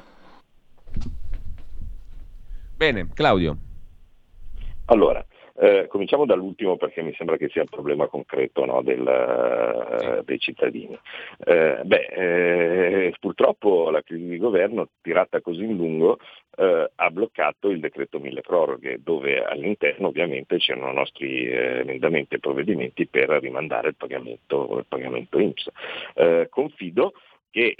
Bene, Claudio. Allora, cominciamo dall'ultimo perché mi sembra che sia il problema concreto, no, dei cittadini. Purtroppo la crisi di governo, tirata così in lungo, ha bloccato il decreto mille proroghe, dove all'interno ovviamente c'erano nostri emendamenti e provvedimenti per rimandare il pagamento INPS. Confido che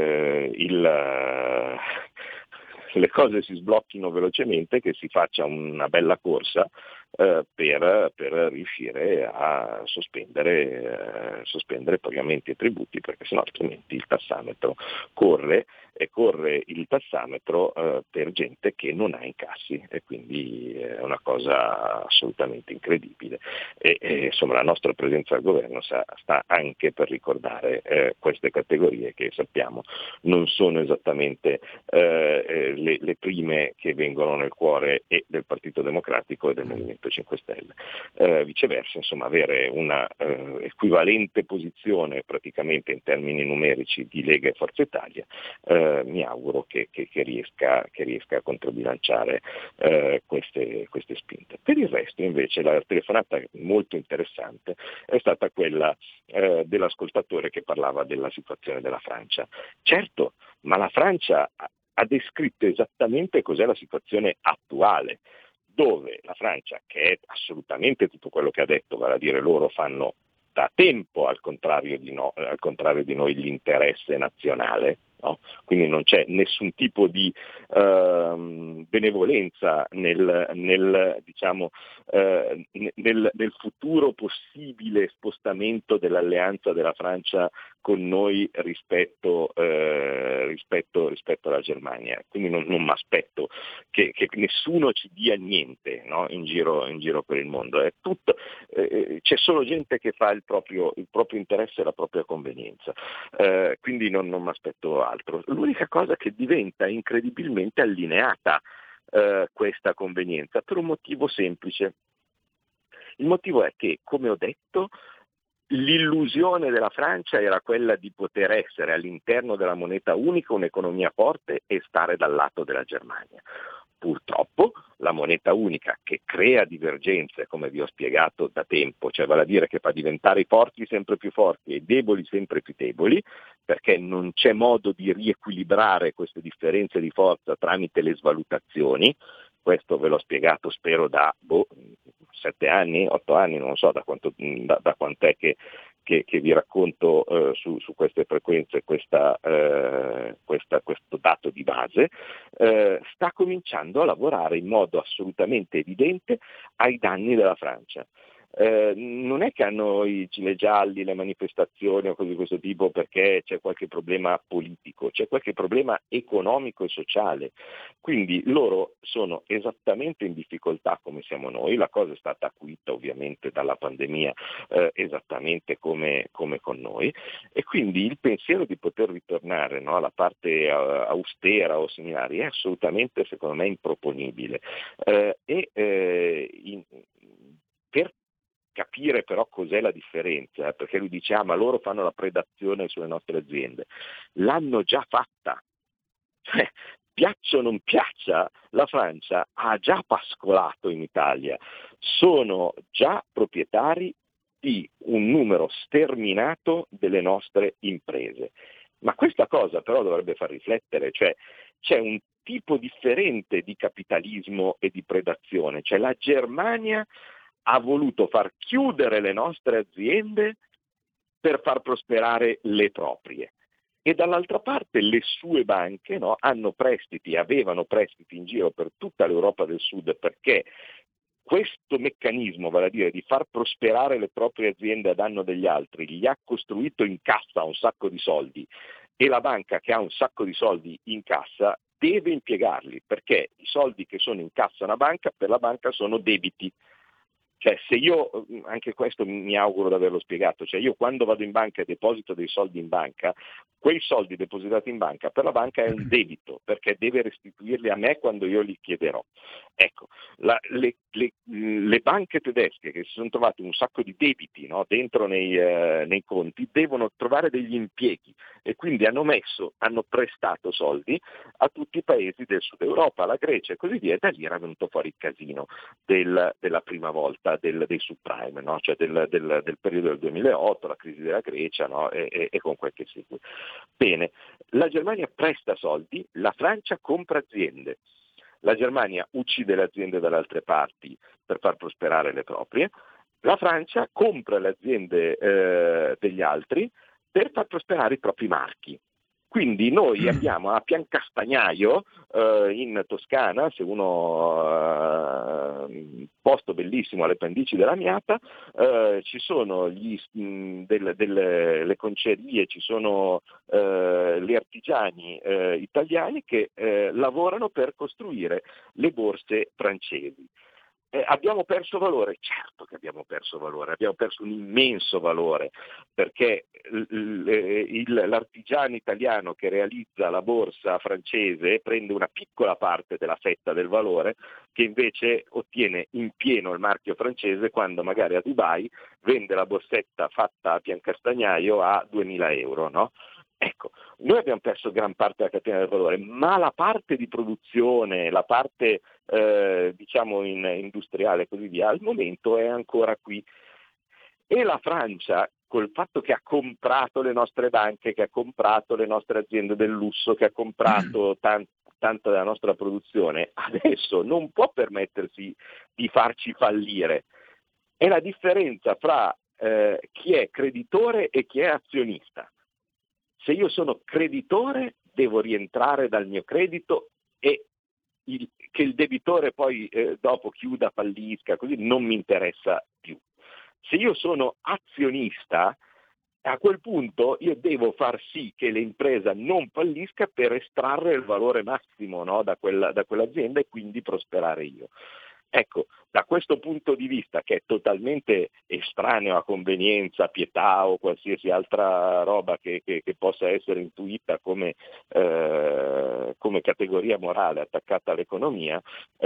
le cose si sblocchino velocemente, che si faccia una bella corsa per riuscire a sospendere pagamenti e tributi, perché sennò altrimenti il tassametro corre il tassametro per gente che non ha incassi, e quindi è una cosa assolutamente incredibile. E insomma la nostra presenza al governo sta anche per ricordare queste categorie che sappiamo non sono esattamente le prime che vengono nel cuore e del Partito Democratico e del Movimento 5 Stelle. Viceversa, insomma, avere una equivalente posizione praticamente in termini numerici di Lega e Forza Italia, mi auguro che riesca a controbilanciare queste spinte. Per il resto invece la telefonata molto interessante è stata quella dell'ascoltatore che parlava della situazione della Francia. Certo, ma la Francia ha descritto esattamente cos'è la situazione attuale, dove la Francia, che è assolutamente tutto quello che ha detto, vale a dire loro fanno da tempo, al contrario di noi, l'interesse nazionale, no? Quindi non c'è nessun tipo di benevolenza nel futuro possibile spostamento dell'alleanza della Francia con noi rispetto alla Germania. Quindi non mi aspetto che nessuno ci dia niente, no? in giro per il mondo. È tutto, c'è solo gente che fa il proprio interesse e la propria convenienza. Quindi non mi aspetto altro. L'unica cosa che diventa incredibilmente allineata questa convenienza per un motivo semplice. Il motivo è che, come ho detto, l'illusione della Francia era quella di poter essere all'interno della moneta unica un'economia forte e stare dal lato della Germania. Purtroppo la moneta unica, che crea divergenze, come vi ho spiegato da tempo, cioè vale a dire che fa diventare i forti sempre più forti e i deboli sempre più deboli, perché non c'è modo di riequilibrare queste differenze di forza tramite le svalutazioni. Questo ve l'ho spiegato, spero, da 7 anni, 8 anni, non so da quant'è che vi racconto su queste frequenze questo dato di base. Sta cominciando a lavorare in modo assolutamente evidente ai danni della Francia. Non è che hanno i gilet gialli, le manifestazioni o cose di questo tipo perché c'è qualche problema politico, c'è qualche problema economico e sociale. Quindi loro sono esattamente in difficoltà come siamo noi, la cosa è stata acuita ovviamente dalla pandemia esattamente come con noi, e quindi il pensiero di poter ritornare, no, alla parte austera o similari è assolutamente, secondo me, improponibile. Per capire però cos'è la differenza, perché lui dice ma loro fanno la predazione sulle nostre aziende, l'hanno già fatta, cioè, piaccia o non piaccia, la Francia ha già pascolato in Italia, sono già proprietari di un numero sterminato delle nostre imprese. Ma questa cosa però dovrebbe far riflettere, cioè c'è un tipo differente di capitalismo e di predazione, cioè la Germania ha voluto far chiudere le nostre aziende per far prosperare le proprie. E dall'altra parte le sue banche, no, avevano prestiti in giro per tutta l'Europa del Sud, perché questo meccanismo, vale a dire di far prosperare le proprie aziende a danno degli altri, gli ha costruito in cassa un sacco di soldi, e la banca che ha un sacco di soldi in cassa deve impiegarli, perché i soldi che sono in cassa una banca, per la banca sono debiti. Cioè se io, anche questo mi auguro di averlo spiegato, cioè io quando vado in banca e deposito dei soldi in banca, quei soldi depositati in banca per la banca è un debito, perché deve restituirli a me quando io li chiederò. Ecco, le banche tedesche che si sono trovate un sacco di debiti, no, dentro nei conti, devono trovare degli impieghi, e quindi hanno prestato soldi a tutti i paesi del sud Europa, la Grecia e così via, e da lì era venuto fuori il casino della prima volta dei subprime, no? Cioè del periodo del 2008, la crisi della Grecia, no? e con quel che segue. Bene, la Germania presta soldi, la Francia compra aziende. La Germania uccide le aziende dalle altre parti per far prosperare le proprie, la Francia compra le aziende degli altri per far prosperare i propri marchi. Quindi noi abbiamo a Piancastagnaio in Toscana, se uno posto bellissimo alle pendici della Miata, ci sono le concerie, ci sono gli artigiani italiani che lavorano per costruire le borse francesi. Abbiamo perso valore? Certo che abbiamo perso valore, abbiamo perso un immenso valore, perché l'artigiano italiano che realizza la borsa francese prende una piccola parte della fetta del valore, che invece ottiene in pieno il marchio francese quando magari a Dubai vende la borsetta fatta a Piancastagnaio a 2.000 euro, no? Ecco, noi abbiamo perso gran parte della catena del valore, ma la parte di produzione, la parte industriale e così via, al momento è ancora qui. E la Francia, col fatto che ha comprato le nostre banche, che ha comprato le nostre aziende del lusso, che ha comprato tanta della nostra produzione, adesso non può permettersi di farci fallire. È la differenza fra chi è creditore e chi è azionista. Se io sono creditore devo rientrare dal mio credito, e che il debitore poi dopo chiuda, fallisca, così non mi interessa più. Se io sono azionista A quel punto io devo far sì che l'impresa non fallisca per estrarre il valore massimo, no, da quell'azienda e quindi prosperare io. Ecco, da questo punto di vista, che è totalmente estraneo a convenienza, pietà o qualsiasi altra roba che possa essere intuita come categoria morale attaccata all'economia,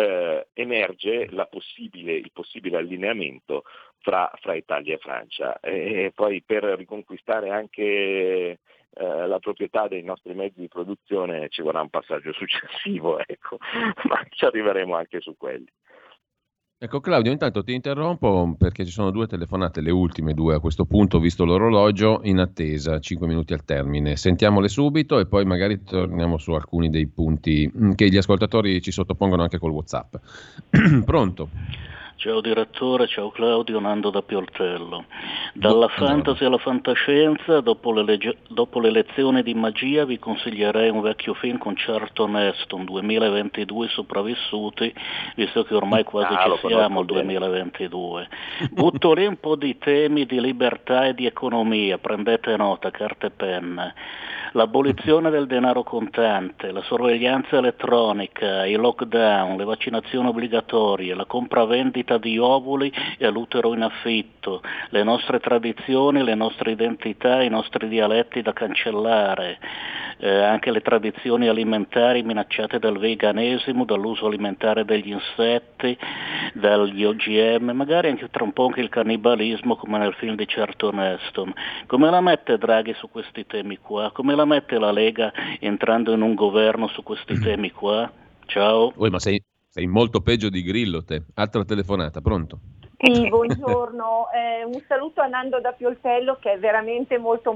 emerge il possibile allineamento fra Italia e Francia. E poi per riconquistare anche la proprietà dei nostri mezzi di produzione ci vorrà un passaggio successivo, ecco, ma ci arriveremo anche su quelli. Ecco Claudio, intanto ti interrompo perché ci sono 2 telefonate, le ultime 2 a questo punto, visto l'orologio, in attesa, 5 minuti al termine. Sentiamole subito e poi magari torniamo su alcuni dei punti che gli ascoltatori ci sottopongono anche col WhatsApp. Pronto? Ciao direttore, ciao Claudio, Nando da Pioltello. Dalla fantasy alla fantascienza, dopo le lezioni di magia vi consiglierei un vecchio film con Charlton Heston, 2022 sopravvissuti, visto che ormai quasi ci siamo al 2022. Butto lì un po' di temi di libertà e di economia, prendete nota, carta e penna. L'abolizione del denaro contante, la sorveglianza elettronica, i lockdown, le vaccinazioni obbligatorie, la compravendita di ovuli e all'utero in affitto, le nostre tradizioni, le nostre identità, i nostri dialetti da cancellare, anche le tradizioni alimentari minacciate dal veganesimo, dall'uso alimentare degli insetti, dagli OGM, magari anche tra un po' anche il cannibalismo come nel film di Charlton Heston. Come la mette Draghi su questi temi qua? Come la mette la Lega entrando in un governo su questi temi qua? Ciao. Ma sei molto peggio di Grillo te. Altra telefonata, pronto? Sì, buongiorno, un saluto a Nando da Pioltello che è veramente molto,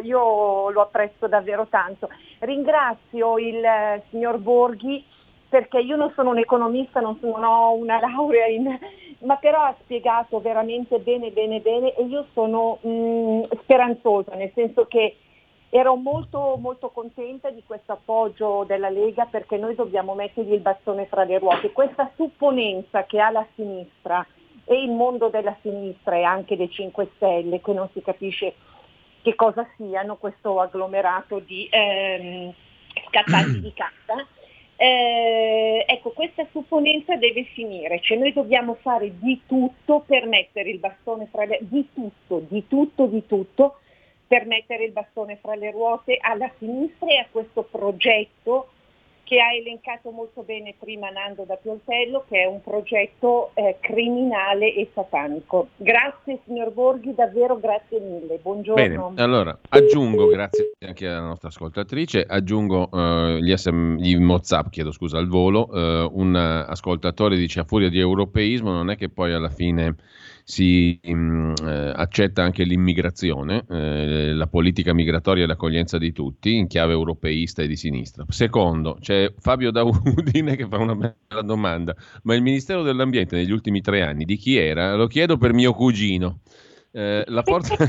io lo apprezzo davvero tanto. Ringrazio il signor Borghi perché io non sono un economista, non ho una laurea ma però ha spiegato veramente bene e io sono speranzosa, nel senso che ero molto contenta di questo appoggio della Lega perché noi dobbiamo mettergli il bastone fra le ruote. Questa supponenza che ha la sinistra e il mondo della sinistra e anche dei 5 Stelle, che non si capisce che cosa siano, questo agglomerato di scattanti di cassa, ecco, questa supponenza deve finire, cioè noi dobbiamo fare di tutto per mettere il bastone fra le di tutto per mettere il bastone fra le ruote alla sinistra e a questo progetto che ha elencato molto bene prima Nando da Pioltello, che è un progetto criminale e satanico. Grazie signor Borghi, davvero grazie mille, buongiorno. Bene, allora aggiungo, grazie anche alla nostra ascoltatrice, aggiungo gli WhatsApp, al volo, un ascoltatore dice: a furia di europeismo non è che poi alla fine si accetta anche l'immigrazione, la politica migratoria e l'accoglienza di tutti in chiave europeista e di sinistra. Secondo, c'è Fabio da Udine che fa una bella domanda: ma il Ministero dell'Ambiente negli ultimi 3 anni di chi era? Lo chiedo per mio cugino. La forza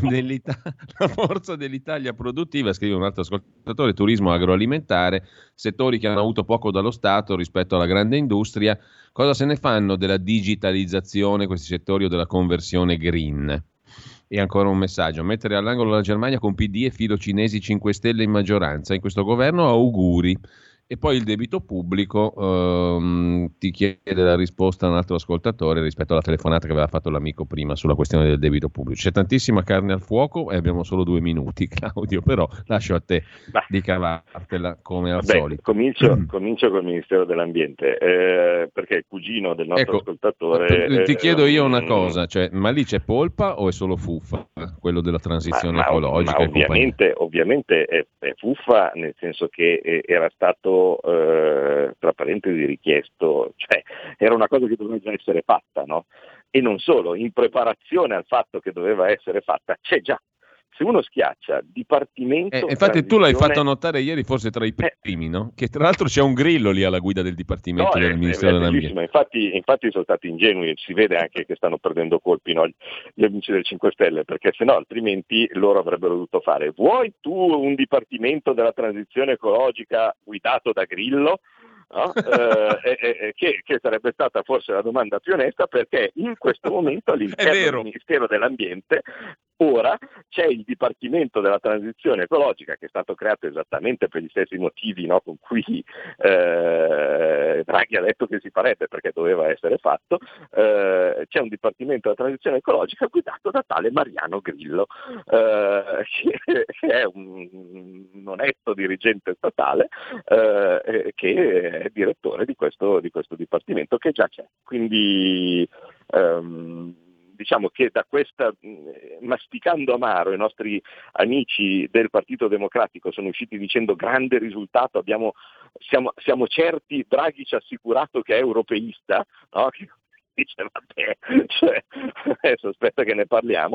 dell'Italia produttiva, scrive un altro ascoltatore, turismo agroalimentare, settori che hanno avuto poco dallo Stato rispetto alla grande industria. Cosa se ne fanno della digitalizzazione questi settori o della conversione green? E ancora un messaggio: mettere all'angolo la Germania con PD e filo cinesi 5 Stelle in maggioranza in questo governo, auguri. E poi il debito pubblico, ti chiede la risposta un altro ascoltatore rispetto alla telefonata che aveva fatto l'amico prima sulla questione del debito pubblico. C'è tantissima carne al fuoco e abbiamo solo 2 minuti, Claudio, però lascio a te di cavartela come al solito. Comincio col Ministero dell'Ambiente, perché il cugino del nostro ascoltatore... Ti chiedo io una cosa, cioè, ma lì c'è polpa o è solo fuffa, quello della transizione ecologica? Ovviamente è fuffa, nel senso che era stato tra parentesi richiesto, cioè era una cosa che doveva già essere fatta, no? E non solo, in preparazione al fatto che doveva essere fatta c'è già. Se uno schiaccia Dipartimento infatti tu l'hai fatto notare ieri forse tra i primi, no? Che tra l'altro c'è un grillo lì alla guida del Dipartimento del Ministero dell'Ambiente. Infatti sono stati ingenui, si vede anche che stanno perdendo colpi, no, gli amici del 5 Stelle, perché sennò altrimenti loro avrebbero dovuto fare: vuoi tu un Dipartimento della transizione ecologica guidato da Grillo? No? Che sarebbe stata forse la domanda più onesta, perché in questo momento all'interno del Ministero dell'Ambiente Ora c'è il Dipartimento della Transizione Ecologica, che è stato creato esattamente per gli stessi motivi, no, con cui Draghi ha detto che si farebbe, perché doveva essere fatto. C'è un Dipartimento della Transizione Ecologica guidato da tale Mariano Grillo, che è un onesto dirigente statale, che è direttore di questo Dipartimento, che già c'è. Quindi diciamo che da questa, masticando amaro, i nostri amici del Partito Democratico sono usciti dicendo grande risultato, siamo certi, Draghi ci ha assicurato che è europeista, no? Dice vabbè, cioè, adesso aspetta che ne parliamo,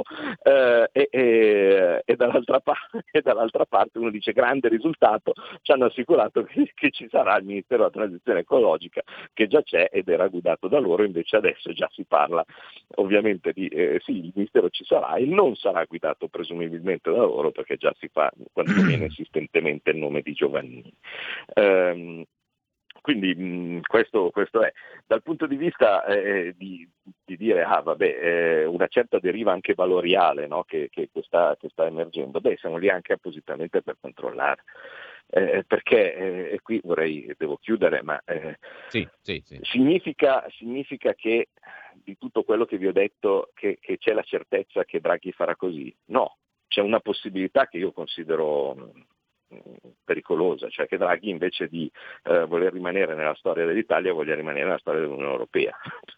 e dall'altra parte uno dice grande risultato, ci hanno assicurato che ci sarà il Ministero della Transizione Ecologica, che già c'è ed era guidato da loro, invece adesso già si parla ovviamente di sì, il Ministero ci sarà e non sarà guidato presumibilmente da loro, perché già si fa quantomeno insistentemente il nome di Giovannini. Quindi questo è. Dal punto di vista di dire una certa deriva anche valoriale, no, che sta emergendo, siamo lì anche appositamente per controllare. Perché qui devo chiudere, ma sì. Significa che di tutto quello che vi ho detto che c'è la certezza che Draghi farà così? No, c'è una possibilità che io considero pericolosa, cioè che Draghi, invece di voler rimanere nella storia dell'Italia, voglia rimanere nella storia dell'Unione Europea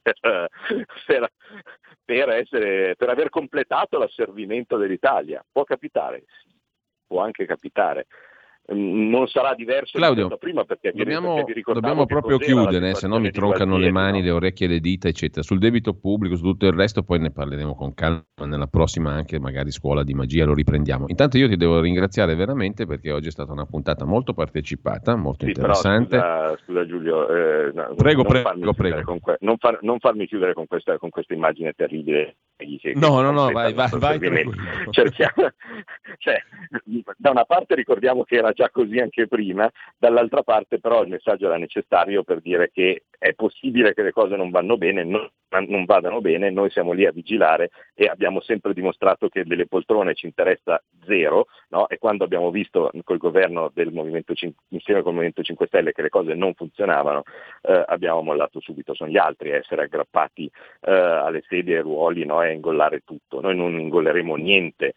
per aver completato l'asservimento dell'Italia. Può capitare, può anche capitare. Non sarà diverso Claudio, prima, perché dobbiamo proprio chiudere, se no mi troncano le mani, le orecchie, le dita, eccetera. Sul debito pubblico, su tutto il resto, poi ne parleremo con calma nella prossima, anche magari Scuola di Magia, lo riprendiamo. Intanto io ti devo ringraziare veramente, perché oggi è stata una puntata molto partecipata, molto interessante. Però, scusa Giulio, prego. Non farmi chiudere con questa immagine terribile. No, vai. Cerchiamo, cioè, da una parte ricordiamo che era già così anche prima, dall'altra parte però il messaggio era necessario per dire che è possibile che le cose non vadano bene, non vadano bene, noi siamo lì a vigilare e abbiamo sempre dimostrato che delle poltrone ci interessa zero, no? E quando abbiamo visto col governo del insieme col Movimento 5 Stelle che le cose non funzionavano, abbiamo mollato subito. Sono gli altri a essere aggrappati alle sedie e ai ruoli, no? E ingollare tutto. Noi non ingolleremo niente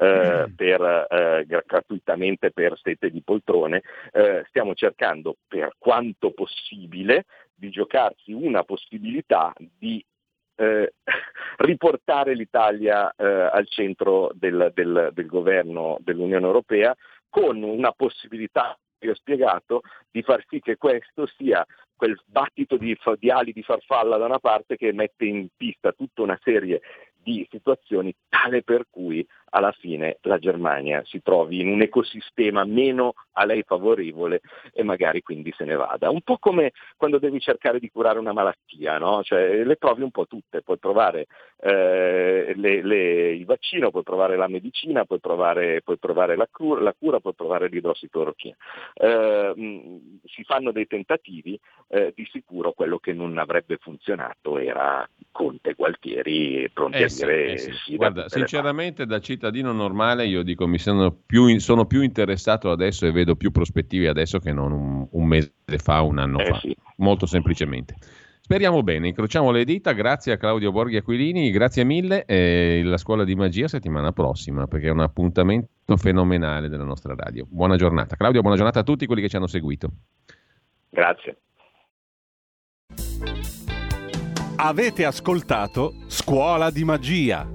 gratuitamente per sete di poltrone. Stiamo cercando per quanto possibile di giocarsi una possibilità di riportare l'Italia al centro del governo dell'Unione Europea, con una possibilità, che ho spiegato, di far sì che questo sia quel battito di ali di farfalla da una parte che mette in pista tutta una serie di situazioni tale per cui alla fine la Germania si trovi in un ecosistema meno a lei favorevole e magari quindi se ne vada. Un po' come quando devi cercare di curare una malattia, no? Cioè, le provi un po' tutte, puoi provare il vaccino, puoi provare la medicina, puoi provare la cura, puoi provare l'idrossiclorochina. Si fanno dei tentativi, di sicuro quello che non avrebbe funzionato era Conte, Gualtieri pronti a dire sì. Guarda, sinceramente da cittadino normale io dico sono più interessato adesso e vedo più prospettive adesso che non un mese fa, un anno fa, sì. Molto semplicemente. Speriamo bene, incrociamo le dita. Grazie a Claudio Borghi Aquilini, grazie mille, e la Scuola di Magia settimana prossima, perché è un appuntamento fenomenale della nostra radio. Buona giornata Claudio, buona giornata a tutti quelli che ci hanno seguito. Grazie. Avete ascoltato Scuola di Magia.